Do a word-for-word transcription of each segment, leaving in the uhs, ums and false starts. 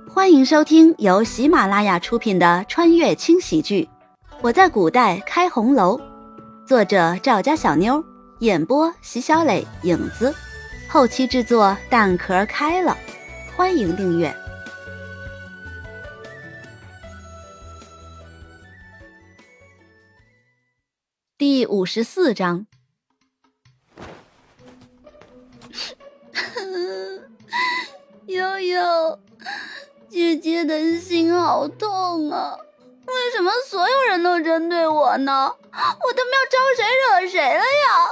欢迎收听由喜马拉雅出品的穿越轻喜剧《我在古代开红楼》，作者赵家小妞，演播席小磊、影子，后期制作蛋壳开了。欢迎订阅。第五十四章。 悠悠，姐姐的心好痛啊！为什么所有人都针对我呢？我都没有招谁惹谁了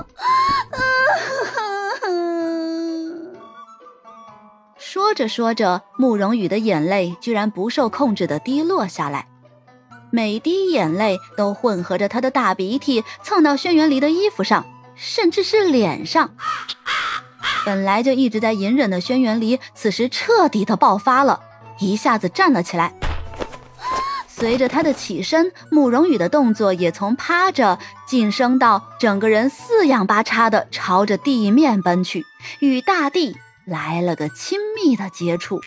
呀！ 说着说着，慕容羽的眼泪居然不受控制地滴落下来，每滴眼泪都混合着他的大鼻涕蹭到轩辕离的衣服上，甚至是脸上。本来就一直在隐忍的轩辕离此时彻底的爆发了，一下子站了起来。随着他的起身，慕容羽的动作也从趴着晋升到整个人四仰八叉的朝着地面奔去，与大地来了个亲密的接触。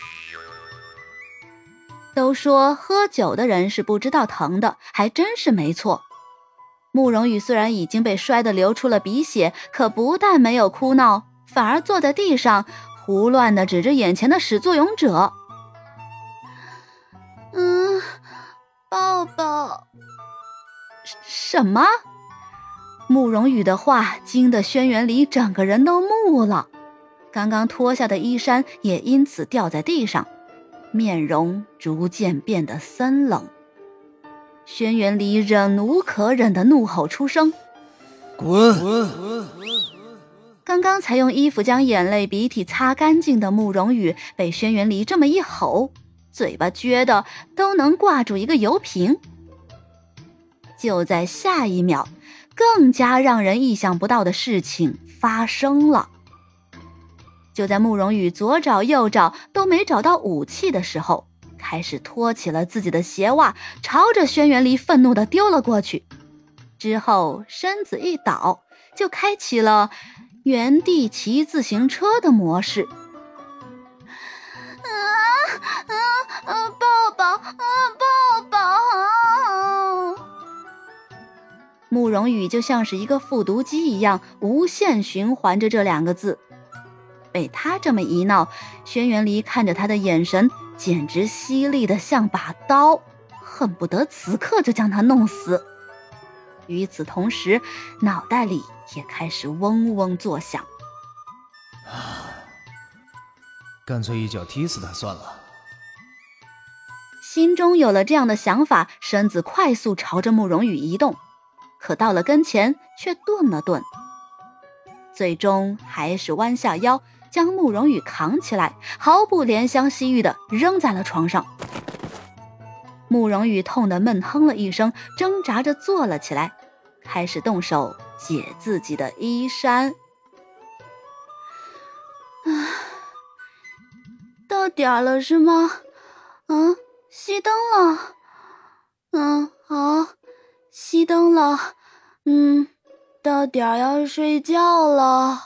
都说喝酒的人是不知道疼的，还真是没错。慕容羽虽然已经被摔得流出了鼻血，可不但没有哭闹，反而坐在地上胡乱地指着眼前的始作俑者。 嗯，抱抱。 什么？慕容羽的话惊得轩辕离整个人都木了，刚刚脱下的衣衫也因此掉在地上，面容逐渐变得森冷。轩辕离忍无可忍地怒吼出声： 滚！ 刚刚才用衣服将眼泪鼻涕擦干净的慕容羽被轩辕离这么一吼，嘴巴撅得都能挂住一个油瓶。就在下一秒，更加让人意想不到的事情发生了。就在慕容羽左找右找都没找到武器的时候，开始脱起了自己的鞋袜，朝着轩辕离愤怒地丢了过去，之后身子一倒，就开启了原地骑自行车的模式。 啊啊啊！抱抱啊！抱抱啊！ 慕容羽就像是一个复读机一样，无限循环着这两个字。被他这么一闹，轩辕离看着他的眼神简直犀利的像把刀，恨不得此刻就将他弄死。与此同时，脑袋里也开始嗡嗡作响。 干脆一脚踢死他算了。 心中有了这样的想法，身子快速朝着慕容羽移动，可到了跟前却顿了顿，最终还是弯下腰将慕容羽扛起来，毫不怜香惜玉地扔在了床上。慕容羽痛得闷哼了一声，挣扎着坐了起来，开始动手解自己的衣衫。 啊，到点了是吗？嗯，熄灯了。嗯，好，熄灯了。嗯，到点要睡觉了。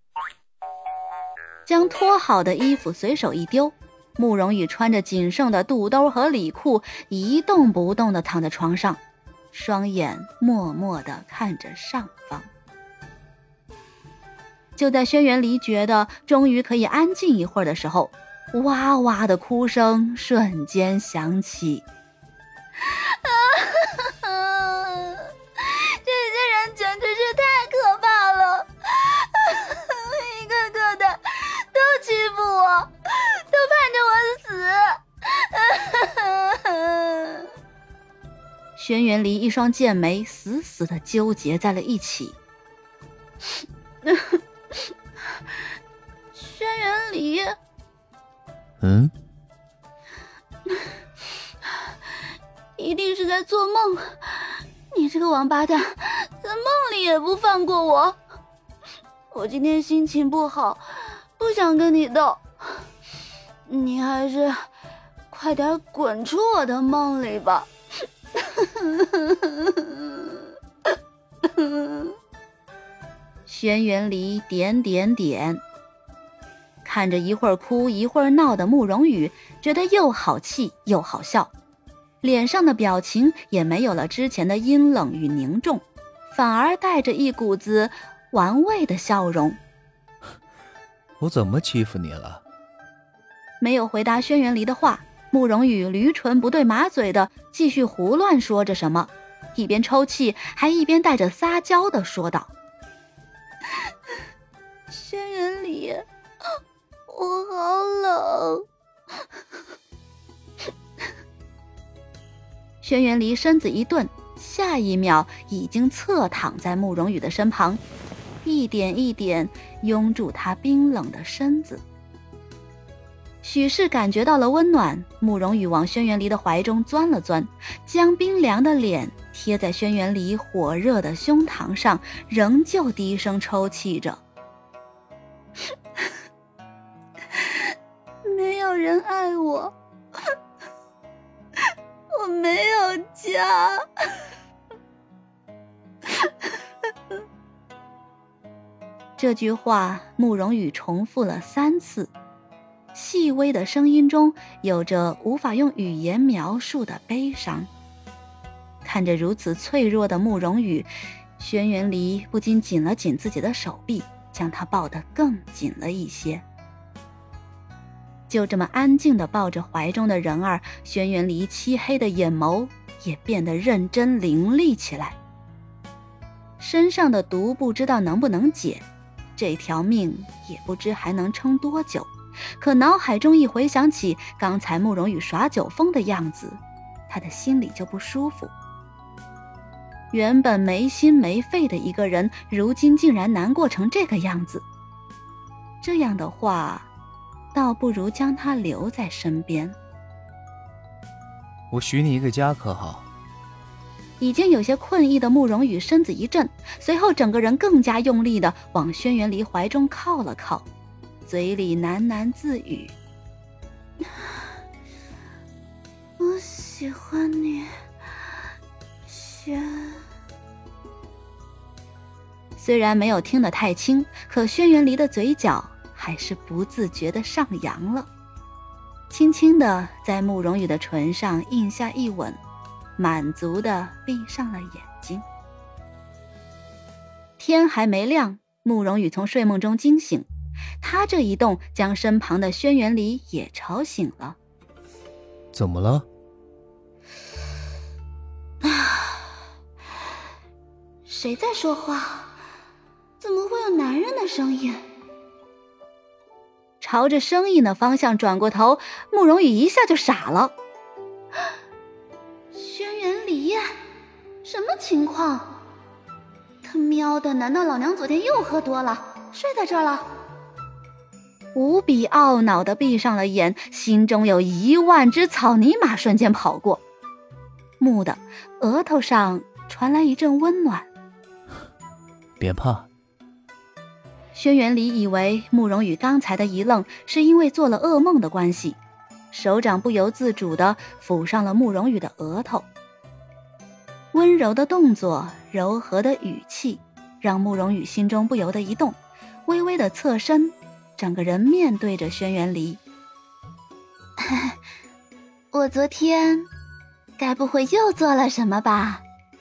将脱好的衣服随手一丢，慕容羽穿着仅剩的肚兜和里裤，一动不动地躺在床上，双眼默默地看着上方。就在轩辕离觉得终于可以安静一会儿的时候，哇哇的哭声瞬间响起。 这些人简直是太可怕了，一个个的都欺负我，都盼着我死。 轩辕离一双剑眉死死地纠结在了一起。 轩辕离， 嗯， 一定是在做梦，你这个王八蛋，在梦里也不放过我。我今天心情不好，不想跟你斗，你还是快点滚出我的梦里吧。 轩辕离点点点， 看着一会儿哭一会儿闹的慕容羽，觉得又好气又好笑，脸上的表情也没有了之前的阴冷与凝重，反而带着一股子玩味的笑容。 我怎么欺负你了？ 没有回答轩辕离的话，慕容羽驴唇不对马嘴的继续胡乱说着什么，一边抽泣还一边带着撒娇的说道： 轩辕离，我好冷。 轩辕离身子一顿，下一秒已经侧躺在慕容羽的身旁，一点一点拥住他冰冷的身子。许是感觉到了温暖，慕容羽往轩辕离的怀中钻了钻，将冰凉的脸贴在轩辕离火热的胸膛上，仍旧低声抽泣着。 没有人爱我，我没有家。 这句话慕容羽重复了三次，细微的声音中有着无法用语言描述的悲伤。看着如此脆弱的慕容羽，轩辕离不禁紧了紧自己的手臂，将他抱得更紧了一些。就这么安静地抱着怀中的人儿，轩辕离漆黑的眼眸也变得认真凌厉起来。身上的毒不知道能不能解，这条命也不知还能撑多久。可脑海中一回想起刚才慕容羽耍酒疯的样子，他的心里就不舒服。原本没心没肺的一个人，如今竟然难过成这个样子。这样的话，倒不如将他留在身边。 我许你一个家可好？ 已经有些困意的慕容羽身子一震，随后整个人更加用力地往轩辕离怀中靠了靠，嘴里喃喃自语： 我喜欢你，轩。 虽然没有听得太清，可轩辕离的嘴角还是不自觉地上扬了，轻轻地在慕容羽的唇上印下一吻，满足地闭上了眼睛。天还没亮，慕容羽从睡梦中惊醒，他这一动将身旁的轩辕离也吵醒了。 怎么了？ 谁在说话？怎么会有男人的声音？ 朝着声音的方向转过头，慕容羽一下就傻了。 轩辕离，什么情况？他喵的，难道老娘昨天又喝多了，睡在这儿了？ 无比懊恼地闭上了眼，心中有一万只草泥马瞬间跑过。蓦地，额头上传来一阵温暖。 别怕。 轩辕离以为慕容羽刚才的一愣是因为做了噩梦的关系，手掌不由自主地抚上了慕容羽的额头。温柔的动作，柔和的语气，让慕容羽心中不由得一动，微微的侧身，整个人面对着轩辕离。 我昨天该不会又做了什么吧？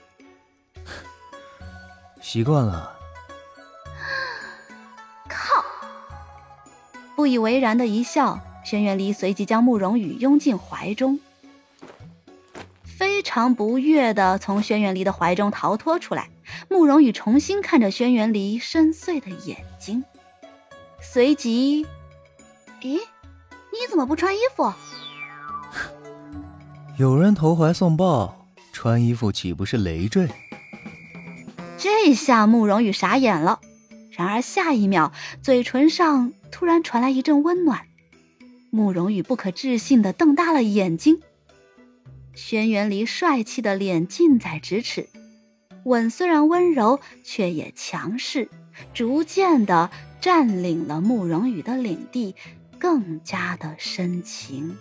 习惯了。 靠！ 不以为然的一笑，轩辕离随即将慕容羽拥进怀中，非常不悦地从轩辕离的怀中逃脱出来。慕容羽重新看着轩辕离深邃的眼睛，随即， 咦，你怎么不穿衣服？ 有人投怀送抱，穿衣服岂不是累赘？ 这下慕容羽傻眼了，然而下一秒，嘴唇上突然传来一阵温暖。慕容羽不可置信地瞪大了眼睛。轩辕离帅气的脸近在咫尺，吻虽然温柔，却也强势，逐渐地占领了慕容羽的领地，更加的深情。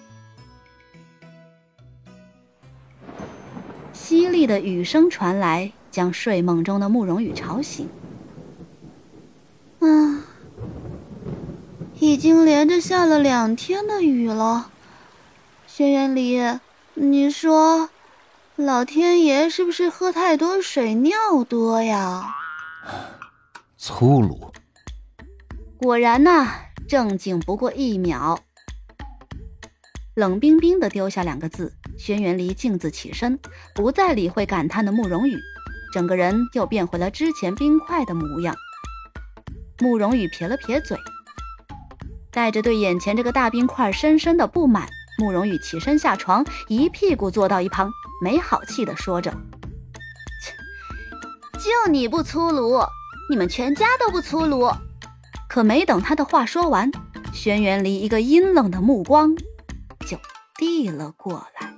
淅沥的雨声传来，将睡梦中的慕容羽吵醒。 嗯， 已经连着下了两天的雨了。轩辕离，你说老天爷是不是喝太多水尿多呀？ 粗鲁。 果然呐、啊，正经不过一秒。冷冰冰地丢下两个字，轩辕离径自起身，不再理会感叹的慕容羽，整个人又变回了之前冰块的模样。慕容羽撇了撇嘴，带着对眼前这个大冰块深深的不满，慕容羽起身下床，一屁股坐到一旁，没好气地说着： 就你不粗鲁，你们全家都不粗鲁。 可没等他的话说完，轩辕离一个阴冷的目光就递了过来。